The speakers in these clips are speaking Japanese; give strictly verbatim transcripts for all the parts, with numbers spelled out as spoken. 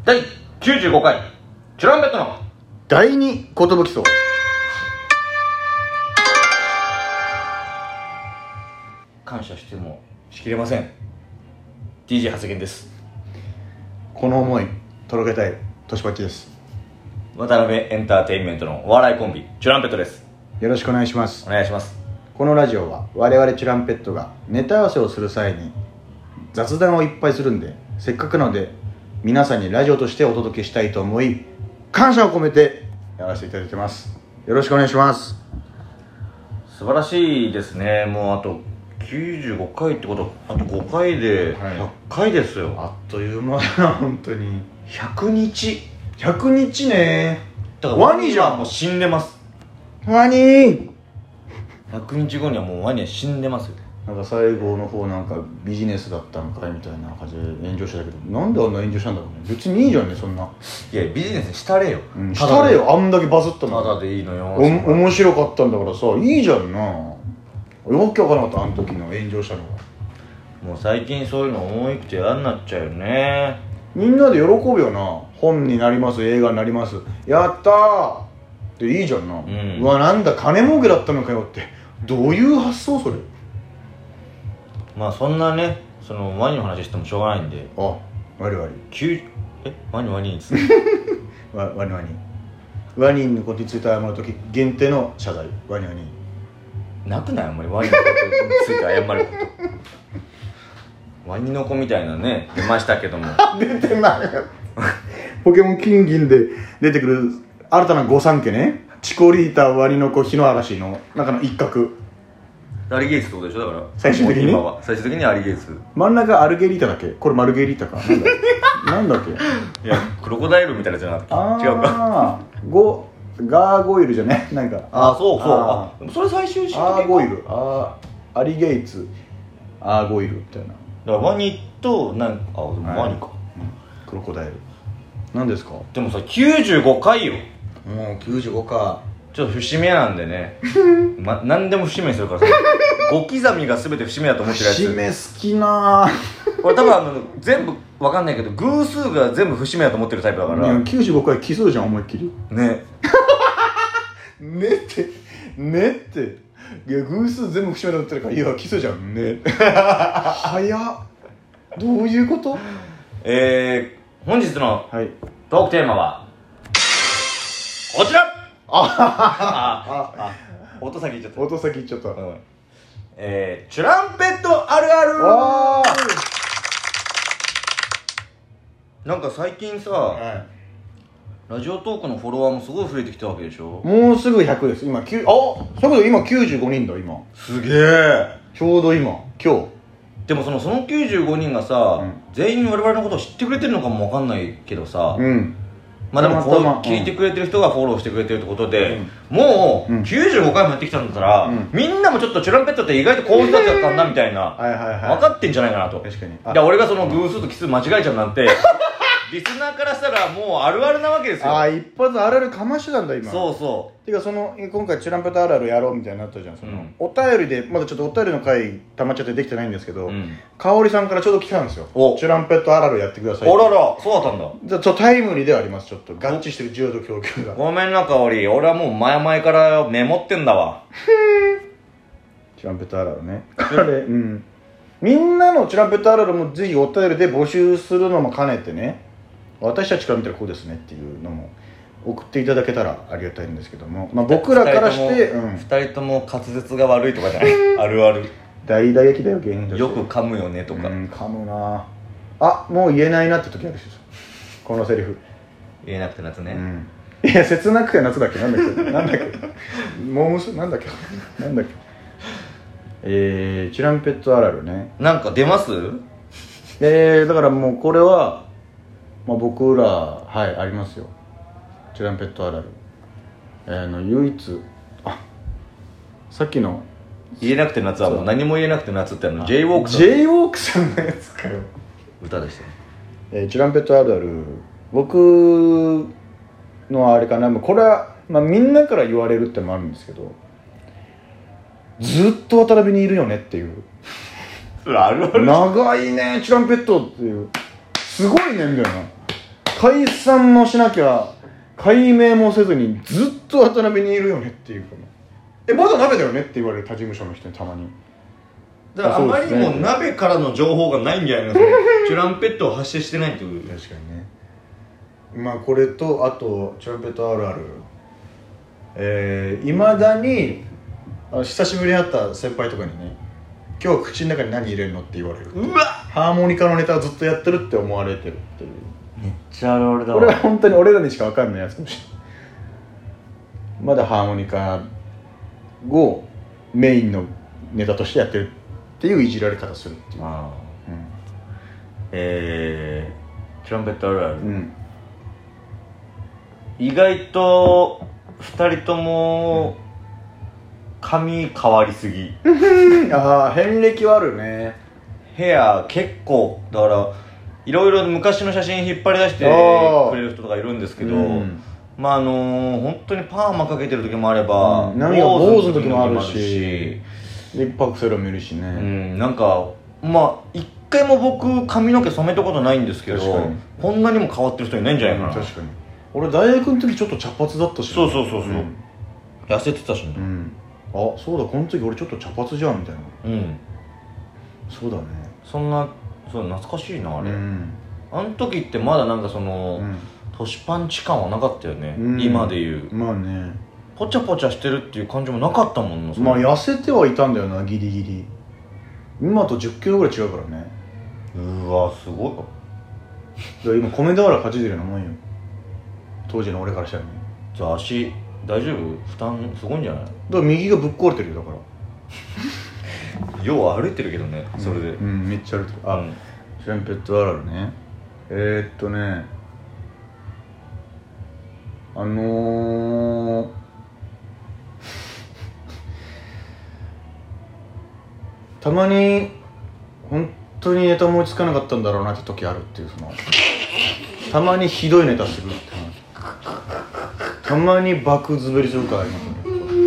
だいきゅうじゅうごかいチュランペットの第二寿荘。 感謝してもしきれません。 ディージェー 発言です。 この思い届けたいトシパッチです。 渡辺エンターテインメントのお笑いコンビチュランペットです。 よろしくお願いします。 お願いします。 このラジオは我々チュランペットがネタ合わせをする際に雑談をいっぱいするんで、せっかくなので皆さんにラジオとしてお届けしたいと思い、感謝を込めてやらせていただいてます。よろしくお願いします。 素晴らしいですね。もうあときゅうじゅうごかいってこと、あとごかいでひゃっかいですよ、はい、 あっという間だな、本当に。 ひゃくにちひゃくにちね。 だからワニじゃん。もう死んでます。 ワニーひゃくにちごにはもうワニは死んでますよ。 なんか最後の方なんかビジネスだったのかいみたいな感じで炎上してたけど、なんであんな炎上したんだろうね。別にいいじゃんね、そんな。 いやビジネスしたれよ、 うん、したれよ。あんだけバズったのただでいいのよ。 お面白かったんだからさ、いいじゃんな。わけわからなかった、あの時の炎上したのが。 もう最近そういうの思い切って嫌になっちゃうよね。 みんなで喜ぶよな。本になります、映画になります、やったーっていいじゃんな。うん、うわ、なんだ金儲けだったのかよって、どういう発想それ。 まあそんなね、そのワニの話してもしょうがないんで。 あ、ワニワニえワニワニですワワニワニワニのことについて謝るとき限定の謝罪。ワニワニなくない？あんまりワニのことについて謝ることワニの子みたいなね出ましたけども出てないポケモン金銀で出てくる新たな御三家ね。チコリータ、ワニの子、火の嵐の中の一角。 アリゲイツってことでしょ。だから最終的に今は最終的にアリゲイツ。 真ん中アルゲリータだっけ。これマルゲリータか。なんだなんだっけいやクロコダイルみたいなやつじゃなかったっけ。違うか。 ゴガーゴイルじゃね。なんかああそうそう。ああそれ最終式アーゴイル、あアリゲイツアーゴイルみたいな。だからワニとなんか、あでもワニか、はい、 うん、クロコダイルなんですか。 でもさきゅうじゅうごかいよ。 もうきゅうじゅうごか。 ちょっと節目なんでねま、何でも節目にするからさご刻みが全て節目だと思ってるやつ。 節目好きなぁ。 俺多分あの全部わかんないけど偶数が全部節目だと思ってるタイプだから。 いやきゅうじゅうごかい奇数じゃん、思いっきりねねってねっていや偶数全部節目だと思ってるから、いや奇数じゃんね早っ。どういうこと。 えー、本日のトークテーマはこちら。あああ音先言っちゃった。 音先言っちゃった、うん、 えー、チュランペットあるある。 あなんか最近さ、はい、ラジオトークのフォロワーもすごい増えてきたわけでしょ。 もうすぐひゃくです。今きゅう、あそういうこと。今きゅうじゅうごにんだ。今すげえ。 ちょうど今今日。 でもそのそのきゅうじゅうごにんがさ、うん、全員我々のことを知ってくれてるのかもわかんないけどさ、うん、まあでもこう聞いてくれてる人がフォローしてくれてるってことで、うん、もうきゅうじゅうごかいもやってきたんだったら、うん、みんなもちょっとチュランペットって意外とこういう人たちだったんだみたいなはいはい、はい、分かってんじゃないかなと。 確かに。 いや俺がその偶数と奇数間違えちゃうなんてリスナーからしたらもうあるあるなわけですよ。 ああ一発あるあるかましてたんだ今。 そうそう。 てかその今回チュランペットあるあるやろうみたいになったじゃん。その、うん、お便りでまだちょっとお便りの回溜まっちゃってできてないんですけど、うん、香織さんからちょうど来たんですよ。チュランペットあるあるやってください。 あららそうだったんだ。 じゃあちょっとタイムリーではあります。ちょっと合致してる需要と供給が。 ごめんな香織、俺はもう前々からメモってんだわチュランペットあるあるねあれうんみんなのチュランペットあるあるもぜひお便りで募集するのも兼ねてね、私たちから見たらこうですねっていうのも送っていただけたらありがたいんですけども、まあ、僕らからしてふたりとも滑舌が悪いとかじゃないあるある大打撃だよ芸人として。 よく噛むよねとか。 うん噛むなあ。もう言えないなって時あるしこのセリフ言えなくて夏ね、 うん、いや切なくて夏だっけなんだっけなんだっけモームスなんだっけなんだっけえー、チュランペットあるあるね。 なんか出ます？ えー、だからもうこれは、まあ、僕らはいありますよ。チュランペットあるある、えー、の唯一あさっきの言えなくて夏はもう何も言えなくて夏ってあの J ウォークさん J ウォークさんのやつかよ歌でしたね。 えー、チュランペットあるある僕のあれかな、これは、まあ、みんなから言われるってのもあるんですけど、ずっと渡辺にいるよねっていうあるある。 長いねチュランペットっていう、すごいねみたいな解散もしなきゃ解明もせずにずっと渡辺にいるよねっていうか、えまだ鍋だよねって言われる他事務所の人にたまに。 だからあまりにも鍋からの情報がないんじゃないの。チュランペットを発生してないってこと。 確かにね。まあこれとあとチュランペットあるある、えー、いまだにあの久しぶりに会った先輩とかにね、今日口の中に何入れるのって言われる。 うわハーモニカのネタをずっとやってるって思われてるっていう。 めっちゃあるあるだわ。 これは本当に俺らにしか分かんないやつかもしれない。まだハーモニカをメインのネタとしてやってるっていういじられ方するっていう。あ、うん、 えー、チュランペットあるある、うん、意外とふたりとも髪変わりすぎああ遍歴はあるね。 ヘア結構だからいろいろ昔の写真引っ張り出してくれる人とかいるんですけど、うん、まああのー、本当にパーマかけてる時もあれば、 うん、波が坊主の時もあるし一泊セロもいるしね、うん、 なんかまあ一回も僕髪の毛染めたことないんですけどこんなにも変わってる人いないんじゃないかな、うん、 確かに。俺大学の時ちょっと茶髪だったし、ね、 そうそうそうそう、うん、痩せてたしね、うん、 あそうだこの時俺ちょっと茶髪じゃんみたいな。うんそうだね。 そんなそう懐かしいなあれ、うん、あの時ってまだなんかその、うん、年パンチ感はなかったよね、うん、今でいうまあねポチャポチャしてるっていう感じもなかったもんな。 まあ痩せてはいたんだよなギリギリ。今とじゅっキロぐらい違うからね。 うわすごいか。 今米俵担いでるようなもんよ当時の俺からしたらね。 じゃあ足大丈夫？負担すごいんじゃない？だから右がぶっ壊れてるよだからよう歩いてるけどね、うん、それで、 うん、めっちゃ歩いてる。あ、うん、チュランペットあるあるね。えー、っとねあのー、たまに本当にネタ思いつかなかったんだろうなって時あるっていう、そのたまにひどいネタするってたまに爆滑りするからありますね。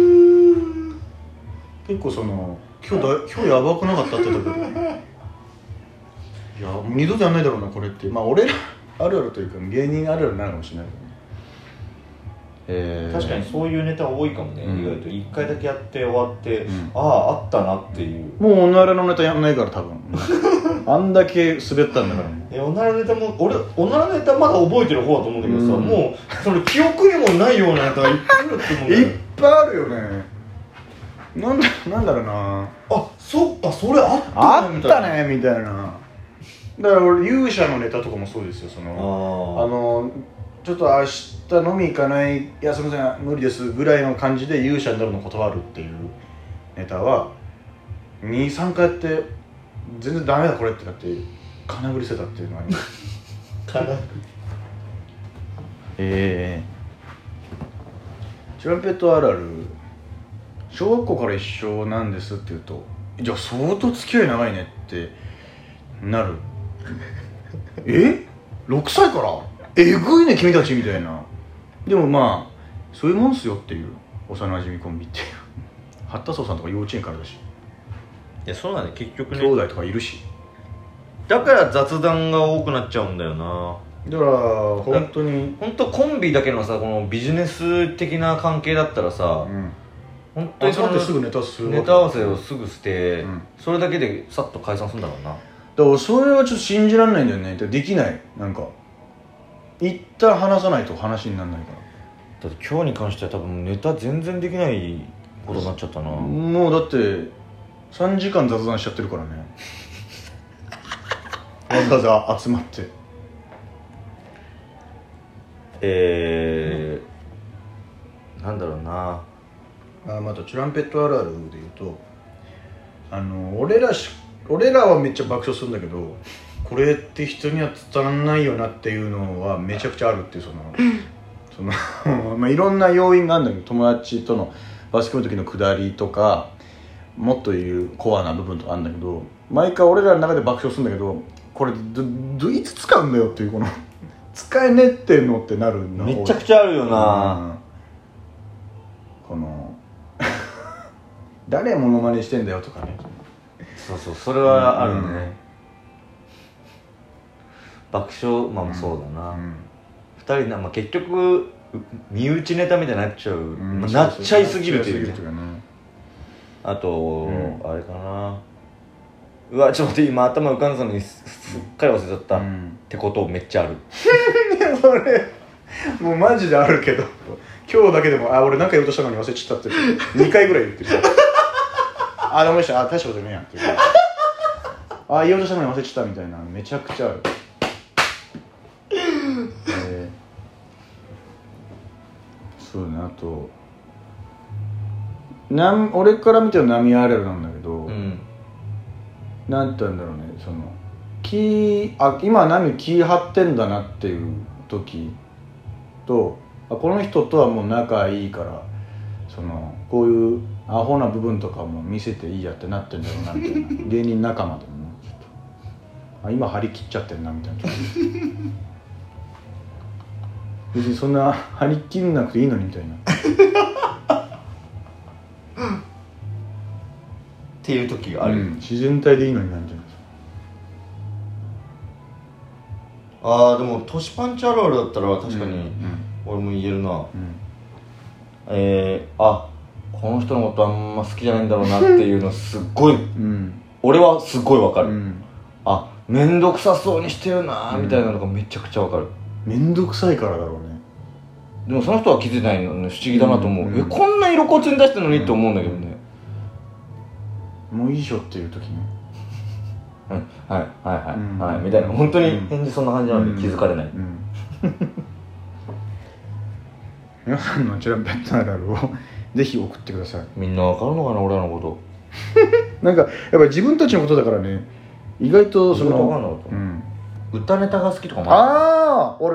結構その今日だ今日やばくなかったって時いやもう二度とやんないだろうなこれっていう、まあ俺らあるあるというか芸人あるあるになるかもしれないけどね。 えー、確かにそういうネタ多いかもね、うん、意外といっかいだけやって終わって、うん、あああったなっていう。 もうおならのネタやんないから多分あんだけ滑ったんだからえおならネタも俺おならネタまだ覚えてる方だと思うんだけどさ、うん、もうその記憶にもないようなネタがいっぱいあるって思うんだよいっぱいあるよね。なんだなんだろうなあそっかそれあったねあったねみたいな。だから俺勇者のネタとかもそうですよ。そのあのちょっと明日飲み行かないいやすみません無理ですぐらいの感じで勇者になるの断るっていうネタは にさんかいやって全然ダメだこれってなって金繰りせたっていうのがあります金繰りえーチュランペットあるある小学校から一緒なんですって言うとじゃあ相当付き合い長いねってなるえろくさいからえぐいね君たちみたいな。でもまあそういうもんっすよっていう幼馴染コンビっていう八田荘さんとか幼稚園からだし。 いやそうなんだ結局ね兄弟とかいるしだから雑談が多くなっちゃうんだよな。 だから本当に本当コンビだけのさこのビジネス的な関係だったらさ、うん、本当にそのすぐネタするネタ合わせをすぐ捨て、うん、それだけでさっと解散するんだろうな。だからそれはちょっと信じられないんだよね。できないなんか一旦話さないと話にならないから。 だって今日に関しては多分ネタ全然できないことになっちゃったな。 もうだってさんじかん雑談しちゃってるからねわざわざ集まってえー、うん、なんだろうなあまたチュランペットあるあるで言うとあの俺らし俺らはめっちゃ爆笑するんだけどこれって人には伝わんないよなっていうのはめちゃくちゃあるっていうそのそのまあいろんな要因があるんだけど友達とのバスケの時の下りとかもっと言うコアな部分とかあるんだけど毎回俺らの中で爆笑するんだけどこれ ど, どいつ使うんだよっていうこの使えねってんのってなるのめちゃくちゃあるよな、 うん、この誰モノマネしてんだよとかね。 そうそうそれはあるね、うん、爆笑まあそうだな、うんうん、 ふたりな、まあ、結局身内ネタみたいになっちゃう、うん、まあ、なっちゃいすぎるというね。あと、うん、あれかな、うわちょっと待って今頭浮かんだのにすっかり忘れちゃった、うん、ってことめっちゃあるいやそれもうマジであるけど今日だけでもあ俺何か言おうとしたのに忘れちゃったってにかいぐらい言ってるあでもいいしあ大したことねえやんってあ言おうとしたのに忘れちゃったみたいなめちゃくちゃあるえー、そうね。あとな俺から見ての波あるあるなんだけど、うん、なんて言うんだろうね、その気あ今波気張ってんだなっていう時とあこの人とはもう仲いいからそのこういうアホな部分とかも見せていいやってなってんだろうなみたいな芸人仲間でもねちょっとあ今張り切っちゃってんなみたいな別にそんな張り切んなくていいのにみたいなっていう時がある、うん、 自然体でいいのになんじゃないですか。 あーでもトシパンチあるあるだったら確かに俺も言えるな、うんうん、えー、あこの人のことあんま好きじゃないんだろうなっていうのすっごい、うん、俺はすっごいわかる、うん、あ面倒くさそうにしてるなみたいなのがめちゃくちゃわかる。 面倒くさいからだろうね。 でもその人は気づいてないのね、不思議だなと思う、うんうん、えこんな色骨に出してるのにって思うんだけどね、 うん、もういいしょっていう時ねはいはいはいはい、うんはい、みたいな本当に返事そんな感じなので気づかれない、うんうん、 皆さんのチュランペットあるあるをぜひ送ってください。 みんなわかるのかな俺らのことなんかやっぱり自分たちのことだからね意外とその意外とわかんなかった、うん、歌ネタが好きとかもある。ああ俺